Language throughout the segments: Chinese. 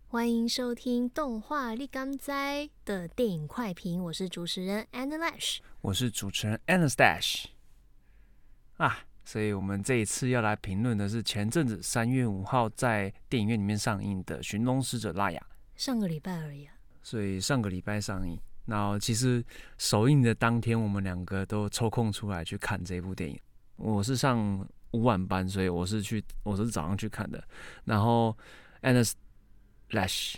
欢迎收听动画立刚哉的电影快评，我是主持人 Analash， 我是主持人 Anastash 啊，所以我们这一次要来评论的是前阵子3月5号在电影院里面上映的《寻龙使者拉雅》， 上个礼拜而已啊。 所以上个礼拜上映。然后其实首映的当天，我们两个都抽空出来去看这部电影。我是上午晚班，所以我是早上去看的。然后 Anastash，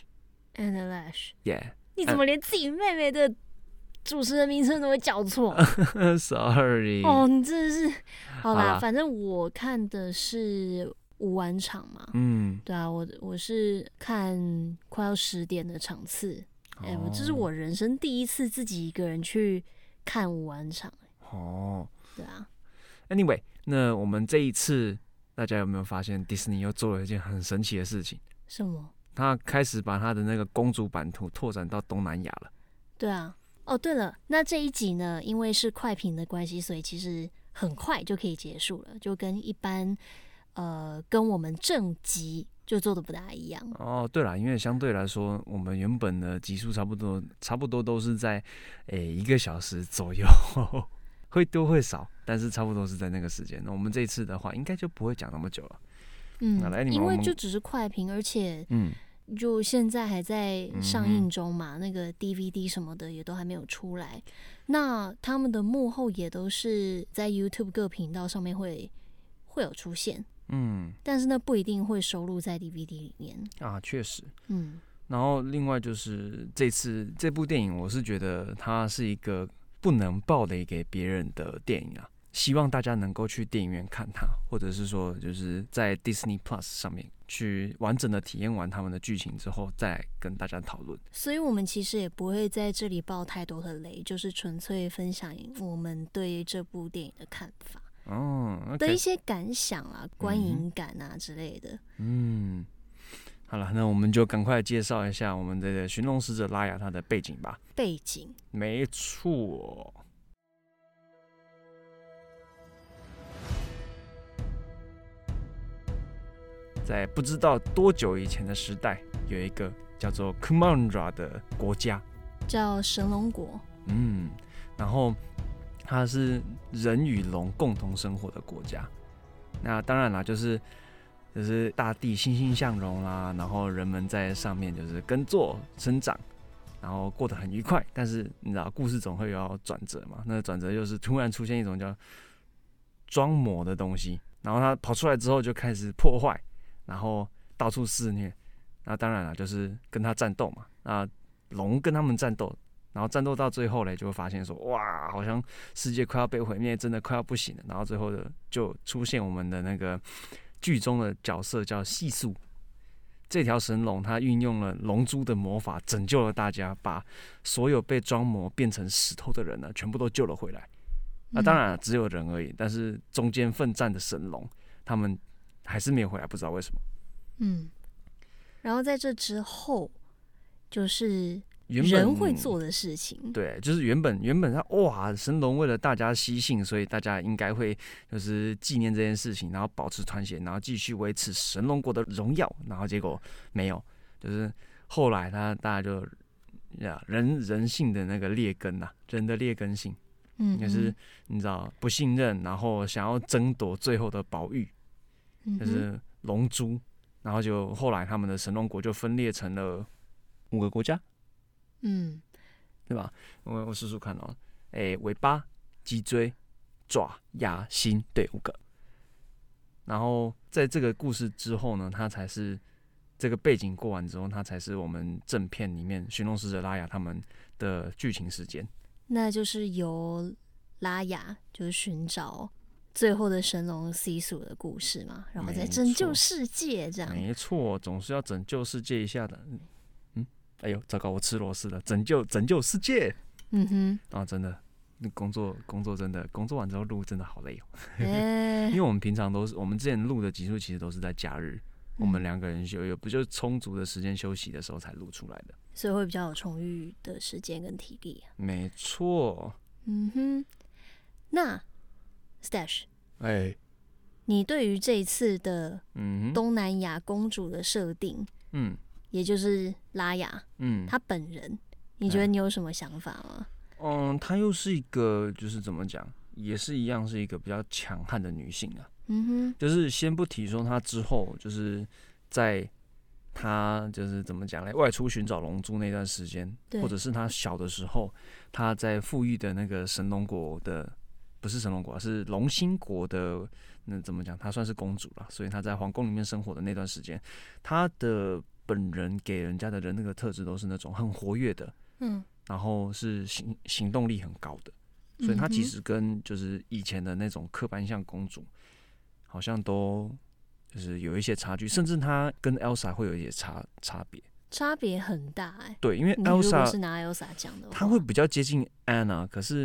yeah， 你怎么连自己妹妹的主持人名称都会叫错 sorry， 哦，你真的是好啦， 好啦反正我看的是午晚场嘛，对啊，我是看快要10点的场次，这是我人生第一次自己一个人去看午晚场，对啊。 Anyway， 那我们这一次大家有没有发现迪士尼又做了一件很神奇的事情？ 什么？ 他开始把他的那个公主版图拓展到东南亚了。 对啊。哦，对了，那这一集呢，因为是快评的关系，所以其实很快就可以结束了，就跟一般跟我们正集就做的不大一样。 哦，对了，因为相对来说，我们原本的集数差不多都是在1个小时左右。会多会少，但是差不多是在那个时间。那我们这一次的话，应该就不会讲那么久了。 因为就只是快评，而且就现在还在上映中嘛，那个 DVD 什么的也都还没有出来。那他们的幕后也都是在 YouTube 各频道上面会有出现，但是那不一定会收录在 DVD 里面啊，确实，然后另外就是这次这部电影，我是觉得它是一个不能爆雷给别人的电影啊，希望大家能够去电影院看它，或者是说就是在 Disney Plus 上面去完整的体验完他们的剧情之后，再来跟大家讨论。 所以我们其实也不会在这里爆太多的雷，就是纯粹分享我们对这部电影的看法，的一些感想啊、观影感啊之类的。 好了，那我们就赶快介绍一下我们的寻龙使者拉雅它的背景吧。 背景， 没错。在不知道多久以前的时代，有一个叫做 Kumandra 的国家， 叫神龙国。 然后它是人与龙共同生活的国家。那当然啦，就是大地欣欣向荣啦，然后人们在上面就是耕作生长，然后过得很愉快。但是你知道，故事总会有转折嘛？那转折就是突然出现一种叫装魔的东西，然后它跑出来之后就开始破坏，然后到处肆虐。那当然了，就是跟他战斗嘛。那龙跟他们战斗，然后战斗到最后嘞，就会发现说，哇，好像世界快要被毁灭，真的快要不行了。然后最后就出现我们的那个剧中的角色叫细素，这条神龙它运用了龙珠的魔法，拯救了大家，把所有被装魔变成石头的人呢，全部都救了回来。那当然只有人而已，但是中间奋战的神龙，他们还是没有回来，不知道为什么。 然后在这之后，就是人会做的事情。 对，就是原本他哇，神龙为了大家西幸，所以大家应该会就是纪念这件事情，然后保持团结，然后继续维持神龙国的荣耀。然后结果没有，就是后来大家就人性的那个劣根啊，人的劣根性，就是你知道不信任，然后想要争夺最后的宝玉，就是龙珠。然后就后来他们的神龙国就分裂成了5个国家，对吧？我数数看哦，尾巴、脊椎、爪、牙、心，对，5个。然后在这个故事之后呢，它才是这个背景过完之后，它才是我们正片里面寻龙使者拉雅他们的剧情时间。 那就是由拉雅就是寻找最后的神龙西蜀的故事嘛，然后再拯救世界，这样没错，总是要拯救世界一下的。哎呦，糟糕，我吃螺丝了！拯救世界。真的，工作真的，工作完之后录真的好累哦。因为我们平常我们之前录的集数其实都是在假日，我们2个人有不就充足的时间休息的时候才录出来的， 所以会比较有充裕的时间跟体力。 没错。 那 Stash，你对于这一次的东南亚公主的设定， 也就是拉雅，她本人，你觉得你有什么想法吗？ 她又是一个就是怎么讲，也是一样是一个比较强悍的女性啊。就是先不提说她之后就是在她就是怎么讲嘞，外出寻找龙珠那段时间，或者是她小的时候，她在富裕的那个神龙国的，不是神龙国，是龙星国的。那怎么讲？她算是公主了，所以她在皇宫里面生活的那段时间，她的本人给人家的人那个特质都是那种很活跃的，然后是行动力很高的，所以她其实跟就是以前的那种刻板印象公主，好像都就是有一些差距，甚至她跟 Elsa 会有一些差别。 差别很大对，因为 Elsa 如果是拿 Elsa 讲的话， 她会比较接近 Anna， 可是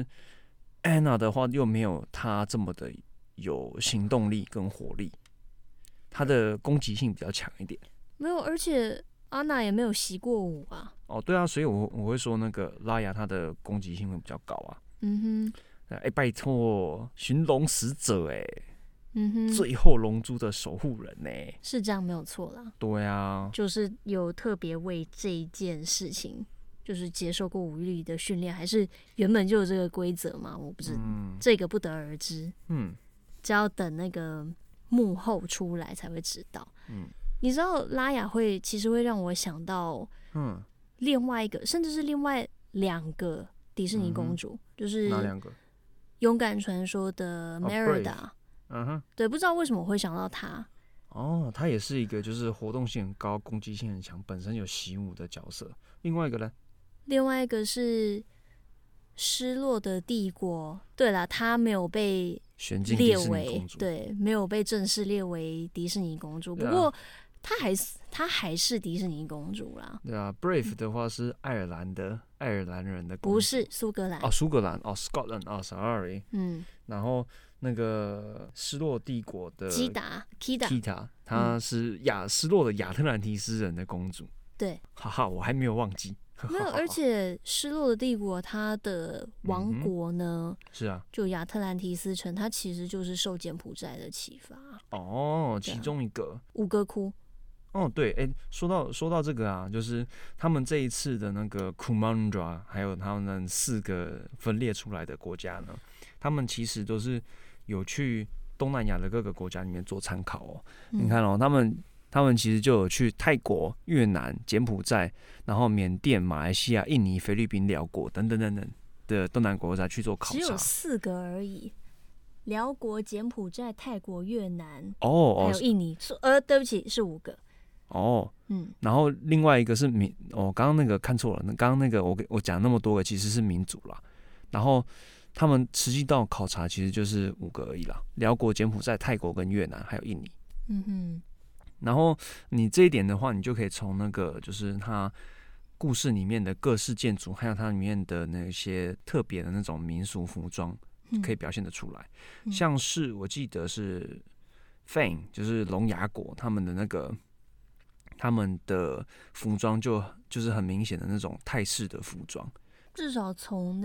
Anna 的话又没有她这么的有行动力跟活力，她的攻击性比较强一点。 没有，而且安娜也没有习过舞啊。 对啊，所以我会说那个拉雅她的攻击性会比较高啊。拜托，寻龙使者最后龙珠的守护人是这样没有错啦。 对啊， 就是有特别为这一件事情，就是接受过武力的训练，还是原本就有这个规则嘛？我不知这个不得而知。只要等那个幕后出来才会知道。你知道拉雅其实会让我想到，另外一个，甚至是另外2个迪士尼公主，就是哪2个？ 勇敢传说的 Merida。对，不知道为什么我会想到她。 她也是一个就是活动性很高、攻击性很强、本身有习武的角色。另外一个呢？ 另外一个是失落的帝国。对啦，她没有被列为，对，没有被正式列为迪士尼公主。不过她还是迪士尼公主啦。 对啊 ，Brave 的话是爱尔兰人的公主， 不是苏格兰。 苏格兰Scotland sorry。然后那个失落帝国的基达 Kita， 她是失落的亚特兰提斯人的公主。 对， 哈哈，我还没有忘记。 没有，而且失落的帝国它的王国呢， 是啊， 就亚特兰提斯城，它其实就是受柬埔寨的启发。 其中一个吴哥窟。 对，说到这个啊，就是他们这一次的那个 Kumandra， 还有他们4个分裂出来的国家呢，他们其实都是有去东南亚的各个国家里面做参考你看他们其实就有去泰国、越南、柬埔寨，然后缅甸、马来西亚、印尼、菲律宾、辽国等等等等的东南国家去做考察。 只有4个而已。辽国、柬埔寨、泰国、越南，还有印尼。对不起，是5个。 然后另外一个是刚刚那个看错了，刚刚那个我讲那么多个其实是民族啦，然后他们实际到考察其实就是5个而已啦，辽国、柬埔寨、泰国跟越南还有印尼。然后你这一点的话，你就可以从那个就是它故事里面的各式建筑，还有它里面的那些特别的那种民俗服装，可以表现得出来。像是我记得是 Fang， 就是龙牙国他们的那个。他们的服装就是很明显的那种泰式的服装， 至少从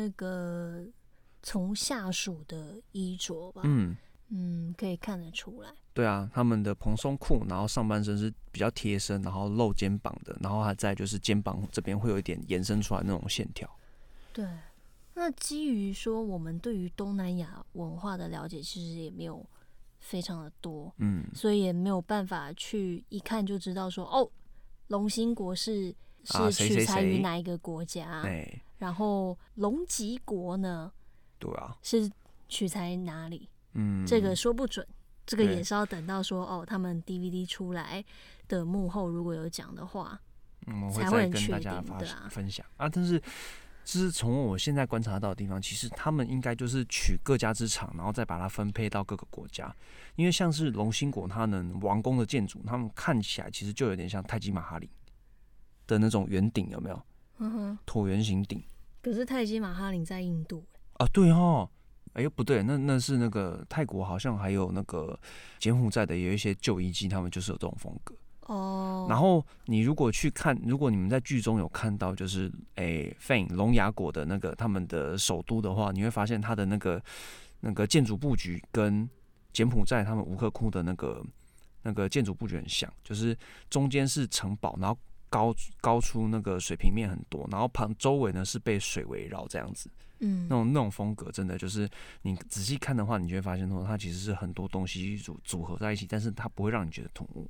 下属的衣着吧，可以看得出来。 对啊，他们的蓬松裤，然后上半身是比较贴身，然后露肩膀的，然后还在就是肩膀这边会有一点延伸出来那种线条。 对，那基于说我们对于东南亚文化的了解，其实也没有非常的多，所以也没有办法去一看就知道说龙兴国是取材于哪一个国家，然后龙吉国呢， 对啊， 是取材哪里？这个说不准，这个也是要等到说他们 DVD 出来的幕后如果有讲的话，才会很确定的分享啊。但是就是从我现在观察到的地方，其实他们应该就是取各家之长，然后再把它分配到各个国家。因为像是龙兴国，他们王宫的建筑，他们看起来其实就有点像泰姬玛哈陵的那种圆顶，有没有？椭圆形顶。 可是泰姬玛哈陵在印度对不对，那是那个泰国，好像还有那个柬埔寨的有一些旧遗迹，他们就是有这种风格。然后你如果去看，如果你们在剧中有看到，就是Fang 龙牙国的那个他们的首都的话，你会发现它的那个建筑布局跟柬埔寨他们吴哥窟的那个建筑布局很像，就是中间是城堡，然后高出那个水平面很多，然后周围呢是被水围绕这样子。那种风格真的就是你仔细看的话，你就会发现说它其实是很多东西组合在一起，但是它不会让你觉得突兀。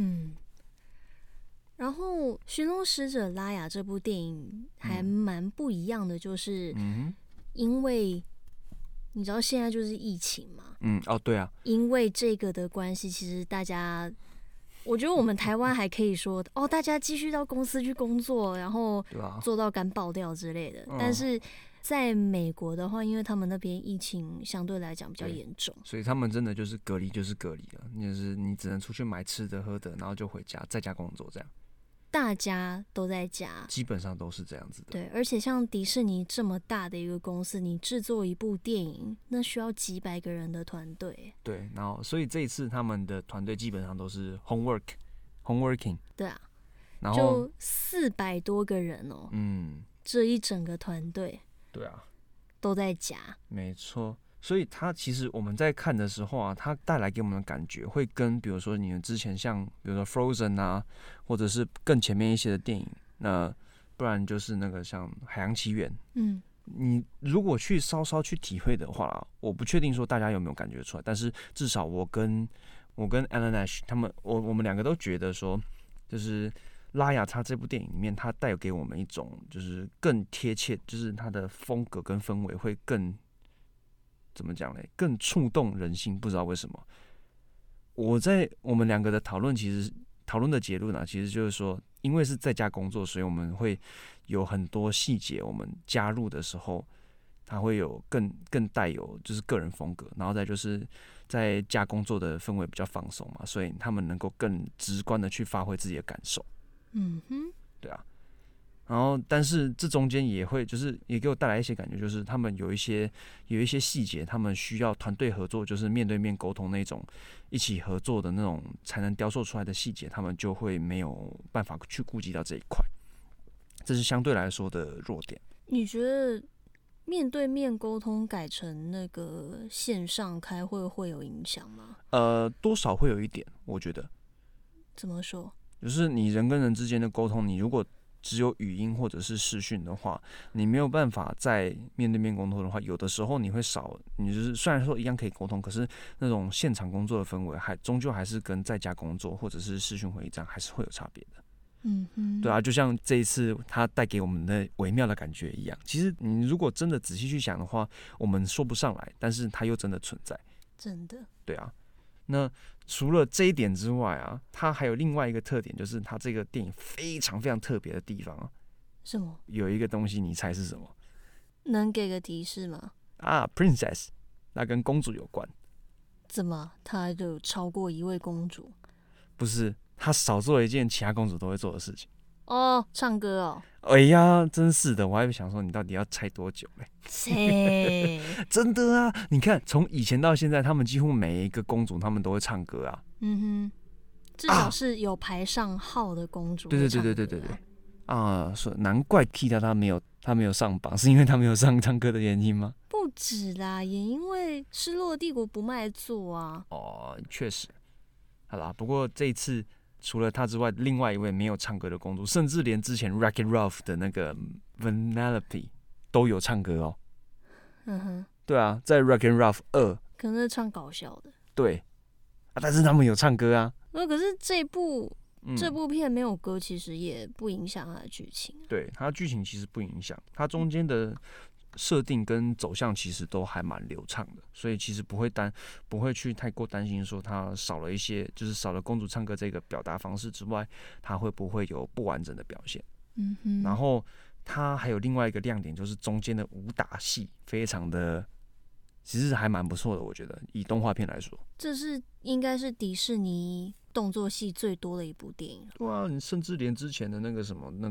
然后《寻龙使者拉雅》这部电影还蛮不一样的，就是因为你知道现在就是疫情嘛， 对啊， 因为这个的关系，其实大家，我觉得我们台湾还可以说大家继续到公司去工作，然后做到干爆掉之类的，但是在美国的话，因为他们那边疫情相对来讲比较严重， 所以他们真的就是隔离就是隔离了，就是你只能出去买吃的喝的，然后就回家在家工作这样。 大家都在家， 基本上都是这样子的。 对，而且像迪士尼这么大的一个公司，你制作一部电影，那需要几百个人的团队。 对，然后所以这一次他们的团队基本上都是 homeworking。对啊，然后就400多个人这一整个团队， 对啊， 都在家。 没错。所以它其实我们在看的时候啊，它带来给我们的感觉会跟比如说你们之前像比如说 Frozen 啊，或者是更前面一些的电影，那不然就是那个像海洋奇缘，你如果去稍稍去体会的话，我不确定说大家有没有感觉出来，但是至少我跟 Alan Nash 我们两个都觉得说，就是拉雅他这部电影里面，它带给我们一种就是更贴切，就是它的风格跟氛围会更。怎么讲呢？更触动人心，不知道为什么。我们两个的讨论，其实讨论的结论啊，其实就是说，因为是在家工作，所以我们会有很多细节，我们加入的时候，它会有更带有就是个人风格，然后再就是在家工作的氛围比较放松嘛，所以他们能够更直观的去发挥自己的感受。对啊。然后，但是这中间也会，就是也给我带来一些感觉，就是他们有一些细节，他们需要团队合作，就是面对面沟通那种，一起合作的那种，才能雕塑出来的细节，他们就会没有办法去顾及到这一块，这是相对来说的弱点。 你觉得面对面沟通改成那个线上开会会有影响吗？ 多少会有一点，我觉得。 怎么说？ 就是你人跟人之间的沟通，你如果只有语音或者是视讯的话，你没有办法在面对面沟通的话，有的时候你会少，你就是虽然说一样可以沟通，可是那种现场工作的氛围终究还是跟在家工作或者是视讯会议这样还是会有差别的。对啊，就像这一次它带给我们的微妙的感觉一样。其实你如果真的仔细去想的话，我们说不上来，但是它又真的存在。 真的。 对啊。那除了这一点之外啊，它还有另外一个特点，就是它这个电影非常非常特别的地方啊。 什么？ 有一个东西，你猜是什么？ 能给个提示吗 ？Princess， 那跟公主有关。 怎么？她就有超过一位公主？ 不是，她少做了一件其他公主都会做的事情。 唱歌哦。 哎呀，真是的，我还想说你到底要猜多久嘞？真的啊！你看，从以前到现在，他们几乎每一个公主，他们都会唱歌啊。 至少是有排上号的公主。 对。说难怪 Kita 他没有上榜，是因为他没有上唱歌的原因吗？ 不止啦，也因为《失落帝国》不卖座啊。 确实。好啦，不过这一次。除了她之外，另外一位没有唱歌的公主，甚至连之前 Wreck-It Ralph 的那个 Vanellope 都有唱歌哦。对啊，在 Wreck-It Ralph 2， 可能是唱搞笑的。 对但是他们有唱歌啊。 可是这部片没有歌，其实也不影响它的剧情。 对，它的剧情其实不影响，它中间的设定跟走向其实都还蛮流畅的，所以其实不会去太过担心说它少了一些，就是少了公主唱歌这个表达方式之外，它会不会有不完整的表现。然后它还有另外一个亮点，就是中间的武打戏非常的，其实还蛮不错的，我觉得以动画片来说， 这是应该是迪士尼动作戏最多的一部电影。 对啊，你甚至连之前的那个什么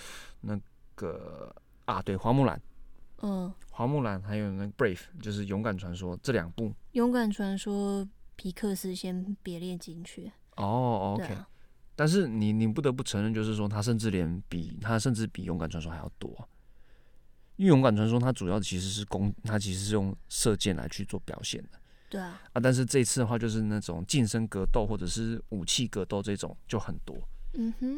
对，花木兰。花木兰还有那个 Brave， 就是勇敢传说这两部。 勇敢传说皮克斯先别列进去。 OK。但是你不得不承认，就是说他甚至比勇敢传说还要多。因为勇敢传说它主要其实是它其实是用射箭来去做表现的。 对啊。 但是这一次的话，就是那种近身格斗或者是武器格斗这种就很多。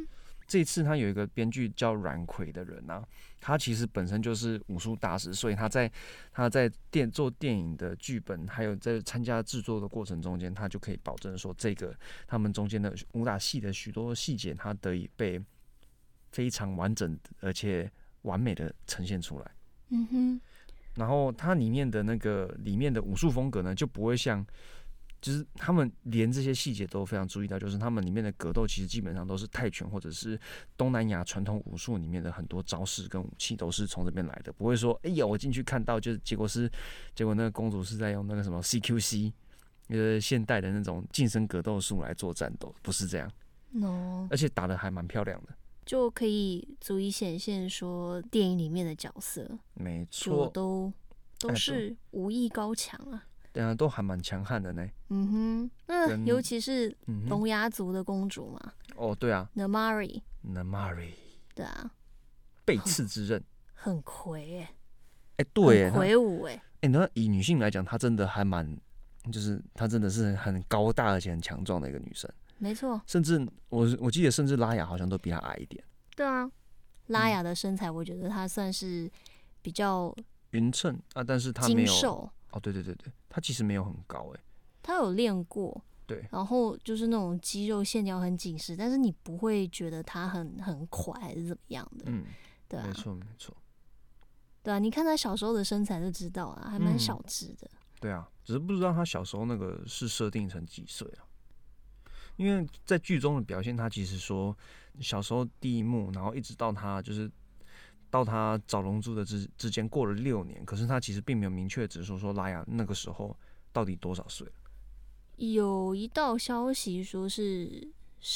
这一次他有一个编剧叫阮葵的人啊，他其实本身就是武术大师，所以他在做电影的剧本，还有在参加制作的过程中间，他就可以保证说，这个他们中间的武打戏的许多细节，他得以被非常完整而且完美的呈现出来。 嗯哼。 然后它里面的武术风格呢，就不会像。就是他们连这些细节都非常注意到，就是他们里面的格斗其实基本上都是泰拳或者是东南亚传统武术里面的很多招式跟武器都是从这边来的，不会说哎呀我进去看到就是结果那个公主是在用那个什么 CQC， 现代的那种近身格斗术来做战斗，不是这样。 No， 而且打得还蛮漂亮的， 就可以足以显现说电影里面的角色， 没错， 都是武艺高强啊。 对啊，都还蛮强悍的呢。 嗯哼，那尤其是龙牙族的公主嘛。 哦，对啊 ，Namari。 对啊， 背刺之刃， 很魁对， 很魁梧那以女性来讲，她真的还蛮，就是她真的是很高大而且很强壮的一个女生。 没错， 甚至我记得，甚至拉雅好像都比她矮一点。 对啊，拉雅的身材，我觉得她算是比较匀称啊，但是她没有精瘦。 哦，对，她其实没有很高她有练过， 对， 然后就是那种肌肉线条很紧实，但是你不会觉得她很快还是怎么样的，对啊， 没错， 对啊，你看她小时候的身材就知道了，还蛮小只的， 对啊，只是不知道她小时候那个是设定成几岁啊？因为在剧中的表现，她其实说小时候第一幕，然后一直到她就是到他找龙珠的之间过了6年，可是他其实并没有明确指说拉雅那个时候到底多少岁了。 有一道消息说是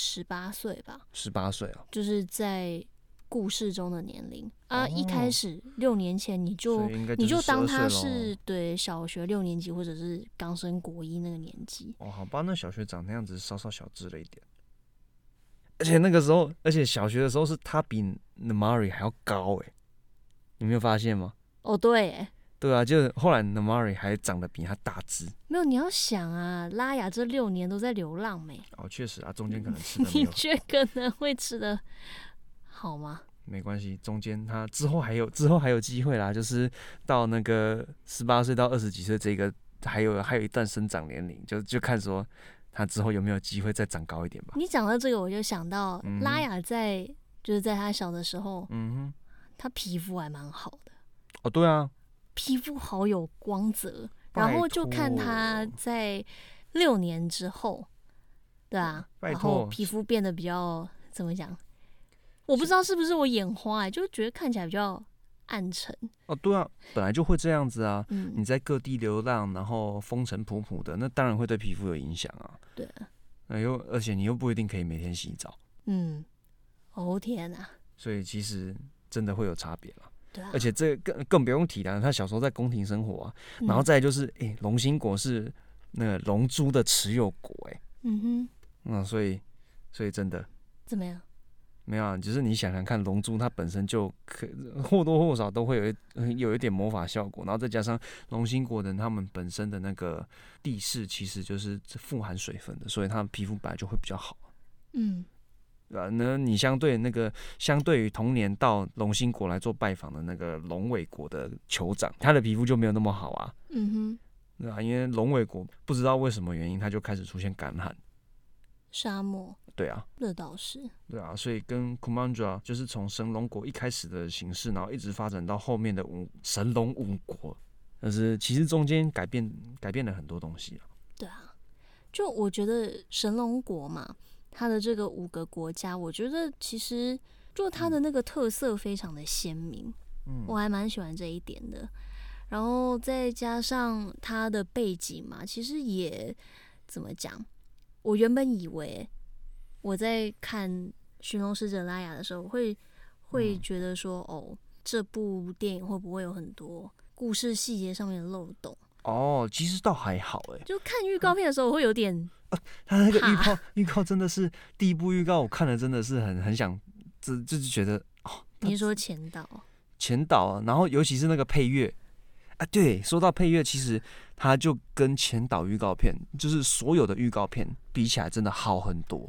18岁吧 ，18岁啊， 就是在故事中的年龄啊。一开始6年前你就当他是对小学6年级或者是刚升国1那个年纪。 哦，好吧，那小学长那样子稍稍小只了一点。而且那个时候，小学的时候是他比 Namari 还要高你没有发现吗？ 哦，对对啊，就是后来 Namari 还长得比他大只。 没有，你要想啊，拉雅这6年都在流浪没？ 哦，确实啊，中间可能吃的没有。 你觉得可能会吃的好吗？ 没关系，中间他之后还有机会啦，就是到那个18岁到20几岁这个还有一段生长年龄，就看说。他之后有没有机会再长高一点吧？ 你讲到这个，我就想到拉雅就是在他小的时候，他皮肤还蛮好的。 哦，对啊， 皮肤好有光泽。然后就看他在6年之后，对啊，然后皮肤变得比较怎么讲？我不知道是不是我眼花就觉得看起来比较暗沉。 哦，对啊，本来就会这样子啊。你在各地流浪，然后风尘仆仆的，那当然会对皮肤有影响啊。 对， 而且你又不一定可以每天洗澡。 哦天哪！ 所以其实真的会有差别了。 对啊。 而且这更不用提了，他小时候在宫廷生活啊，然后再来就是龙兴国是那个龙珠的持有国所以真的怎么样？ 没有啊，只是你想想看，龙珠它本身就或多或少都会有一点魔法效果，然后再加上龙兴国人他们本身的那个地势其实就是富含水分的，所以他们皮肤本来就会比较好。对吧？那你相对于同年到龙兴国来做拜访的那个龙尾国的酋长，他的皮肤就没有那么好啊。对啊，因为龙尾国不知道为什么原因，他就开始出现干旱。 沙漠， 对啊， 这倒是， 对啊，所以跟 Kumandra 就是从神龙国一开始的形式，然后一直发展到后面的神龙5国，但是其实中间改变了很多东西啊。 对啊，就我觉得神龙国嘛，它的这个5个国家，我觉得其实就它的那个特色非常的鲜明，我还蛮喜欢这一点的。然后再加上它的背景嘛，其实也怎么讲？我原本以为我在看《寻龙使者拉雅》的时候，会觉得说，这部电影会不会有很多故事细节上面的漏洞？ 哦，其实倒还好就看预告片的时候，我会有点他那个预告真的是第一部预告，我看了真的是很想，就是觉得你说前导啊，然后尤其是那个配乐。对，说到配乐，其实它就跟前导预告片，就是所有的预告片比起来，真的好很多。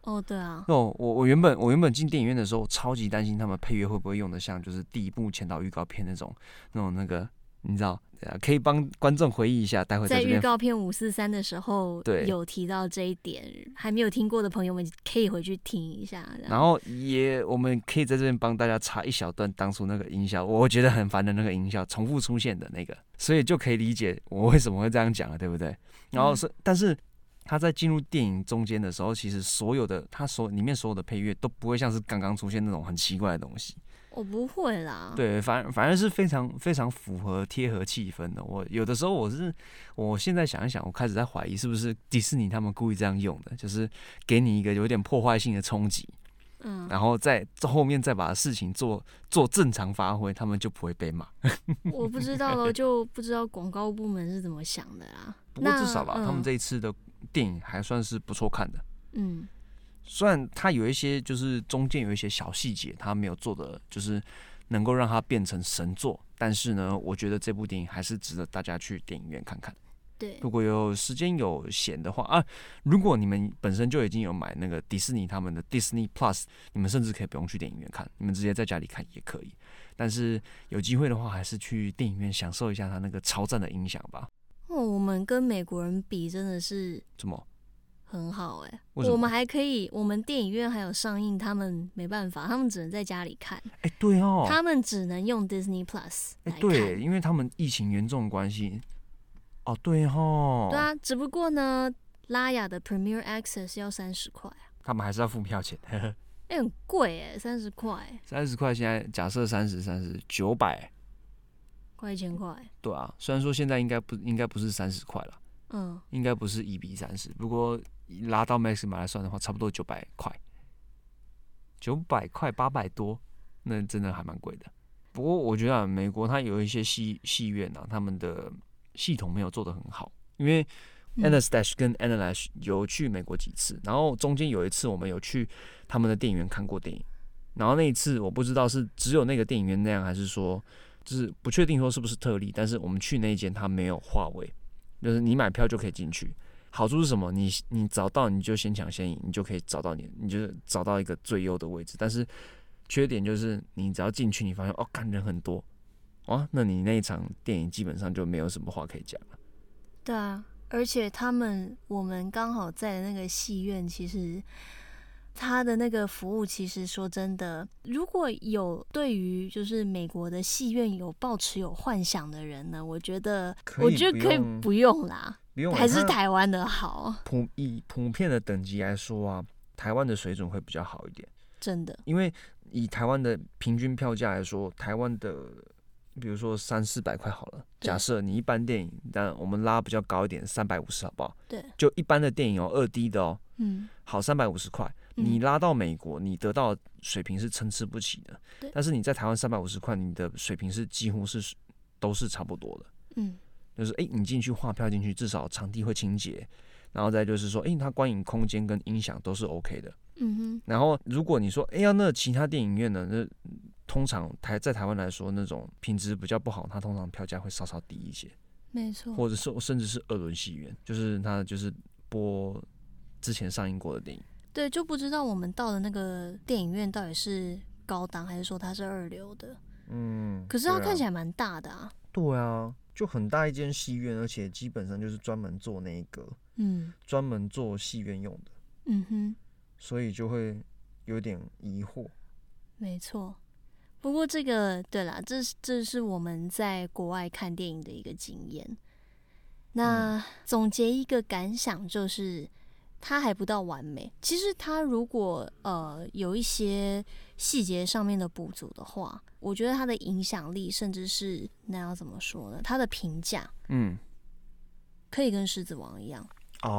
哦，对啊。 我原本进电影院的时候，超级担心他们配乐会不会用的像就是第一部前导预告片那种那个，你知道，可以帮观众回忆一下，待会在预告片543的时候，对，有提到这一点，还没有听过的朋友们可以回去听一下。 然后我们可以在这边帮大家插一小段当初那个音效，我觉得很烦的那个音效重复出现的那个，所以就可以理解我为什么会这样讲了，对不对？然后但是他在进入电影中间的时候，其实里面所有的配乐都不会像是刚刚出现那种很奇怪的东西。 我不会啦。 对，反而是非常非常符合贴合气氛的。我有的时候我现在想一想，我开始在怀疑是不是迪士尼他们故意这样用的，就是给你一个有点破坏性的冲击，然后在后面再把事情做正常发挥，他们就不会被骂。 我不知道了，就不知道广告部门是怎么想的啦。 不过至少吧，他们这一次的电影还算是不错看的。虽然它有一些就是中间有一些小细节，它没有做的就是能够让它变成神作，但是呢，我觉得这部电影还是值得大家去电影院看看。 对， 如果有时间有闲的话啊，如果你们本身就已经有买那个迪士尼他们的 Disney Plus， 你们甚至可以不用去电影院看，你们直接在家里看也可以。但是有机会的话，还是去电影院享受一下它那个超赞的音响吧。 我们跟美国人比真的是怎么？ 很好我们还可以，我们电影院还有上映，他们没办法，他们只能在家里看。 对哦， 他们只能用 Disney Plus 来看。 对，因为他们疫情严重的关系。对哦。 对啊，只不过呢，拉雅的 Premier Access 要30块啊。 他们还是要付票钱。 很贵30块。 30块，现在假设900， 快1000块。对啊，虽然说现在应该不是30块了。应该不是1:30，不过拉到 Maxima 来算的话，差不多900块，900块800多，那真的还蛮贵的。不过我觉得美国它有一些戏院啊，他们的系统没有做得很好，因为 Anastash 跟 Analash 有去美国几次，然后中间有一次我们有去他们的电影院看过电影，然后那一次我不知道是只有那个电影院那样，还是说就是不确定说是不是特例，但是我们去那一间它没有划位。就是你买票就可以进去，好处是什么？你找到你就先抢先赢，你就可以你就找到一个最优的位置。但是缺点就是你只要进去，你发现干人很多，那你那一场电影基本上就没有什么话可以讲了。 对啊，而且我们刚好在的那个戏院，其实他的那个服务，其实说真的，如果有对于就是美国的戏院有抱持有幻想的人呢，我觉得可以不用啦，还是台湾的好。 以普遍的等级来说啊，台湾的水准会比较好一点， 真的。 因为以台湾的平均票价来说，台湾的比如说300-400块好了，假设你一般电影，但我们拉比较高一点，350好不好？ 对， 就一般的电影2D 的好350块。你拉到美国，你得到的水平是参差不齐的。但是你在台湾350块，你的水平是几乎都是差不多的。就是你进去划票进去，至少场地会清洁，然后再就是说，它观影空间跟音响都是 OK 的。然后如果你说，那其他电影院呢？那通常在台湾来说，那种品质比较不好，它通常票价会稍稍低一些。 没错。 或者是甚至是2轮戏院，就是它就是播之前上映过的电影。 对，就不知道我们到的那个电影院到底是高档还是说它是2流的。可是它看起来蛮大的啊。 对啊，就很大一间戏院，而且基本上就是专门做那个，专门做戏院用的。所以就会有点疑惑。 没错。不过这个对啦，这是我们在国外看电影的一个经验。那总结一个感想就是。它还不到完美，其实它如果有一些细节上面的补足的话，我觉得它的影响力，甚至是那要怎么说呢？它的评价，可以跟狮子王一样。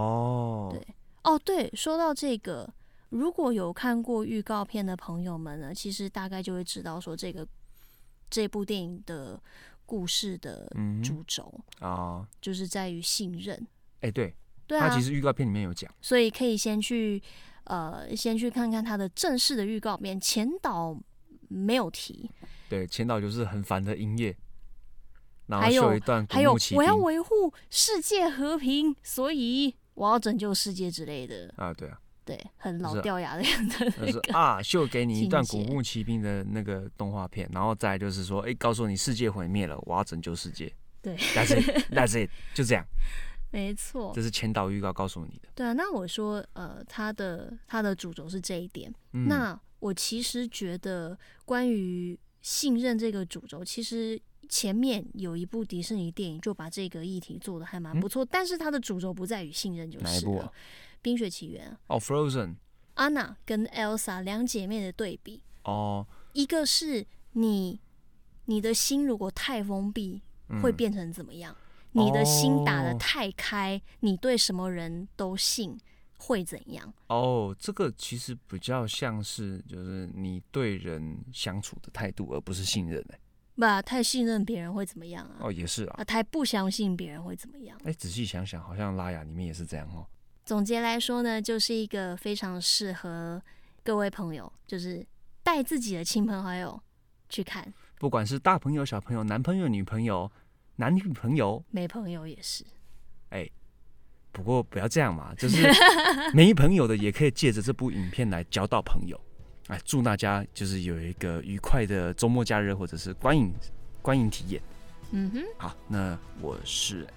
对，说到这个，如果有看过预告片的朋友们呢，其实大概就会知道说这部电影的故事的主轴就是在于信任。 对啊，他其实预告片里面有讲， 所以可以先去看看他的正式的预告片，前导没有提。 对，前导就是很烦的音乐，然后秀一段古墓奇兵， 我要维护世界和平，所以我要拯救世界之类的。 对啊， 对，很老掉牙的样子。 就是啊，秀给你一段古墓奇兵的那个动画片，然后再来就是说，告诉你世界毁灭了，我要拯救世界。 对 ，That's it， 就这样。 没错， 这是前导预告告诉你的。 对啊，那我说，它的主轴是这一点。那我其实觉得，关于信任这个主轴，其实前面有一部迪士尼电影就把这个议题做得还蛮不错，但是它的主轴不在于信任，就是了。哪一部啊？冰雪奇缘。 哦 ，Frozen。 安娜跟 Elsa 两姐妹的对比。 哦。 一个是你的心如果太封闭，会变成怎么样？你的心打得太开，你对什么人都信，会怎样？ 这个其实比较像是就是你对人相处的态度，而不是信任。 太信任别人会怎么样啊？ 也是啊。 太不相信别人会怎么样？ 仔细想想，好像拉雅里面也是这样哦。 总结来说呢，就是一个非常适合各位朋友，就是带自己的亲朋好友去看， 不管是大朋友、小朋友、男朋友、女朋友。男女朋友， 没朋友也是。 不过不要这样嘛，就是没朋友的也可以借着这部影片来交到朋友。祝大家就是有一个愉快的周末假日，或者是观影体验。好，那我是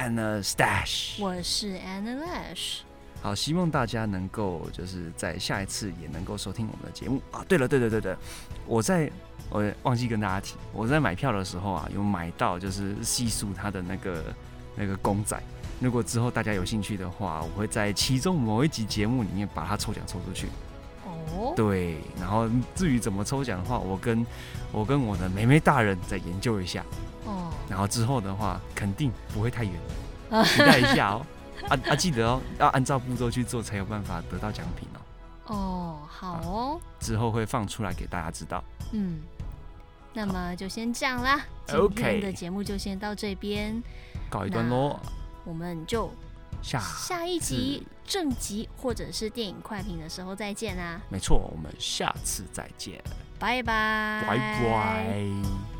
Anastash， 我是 Analash。 好，希望大家能够就是在下一次也能够收听我们的节目啊。对了，我忘记跟大家提，我在买票的时候啊，有买到就是细数它的那个公仔。如果之后大家有兴趣的话，我会在其中某一集节目里面把它抽奖抽出去。对，然后至于怎么抽奖的话，我跟我的妹妹大人再研究一下。然后之后的话，肯定不会太远，期待一下哦。记得哦，要按照步骤去做，才有办法得到奖品哦。 好哦。 之后会放出来给大家知道。 那么就先这样啦，今天的节目就先到这边， 告一段落。 我们就下一集正集或者是电影快评的时候再见啦。 没错，我们下次再见， 拜拜， 拜拜。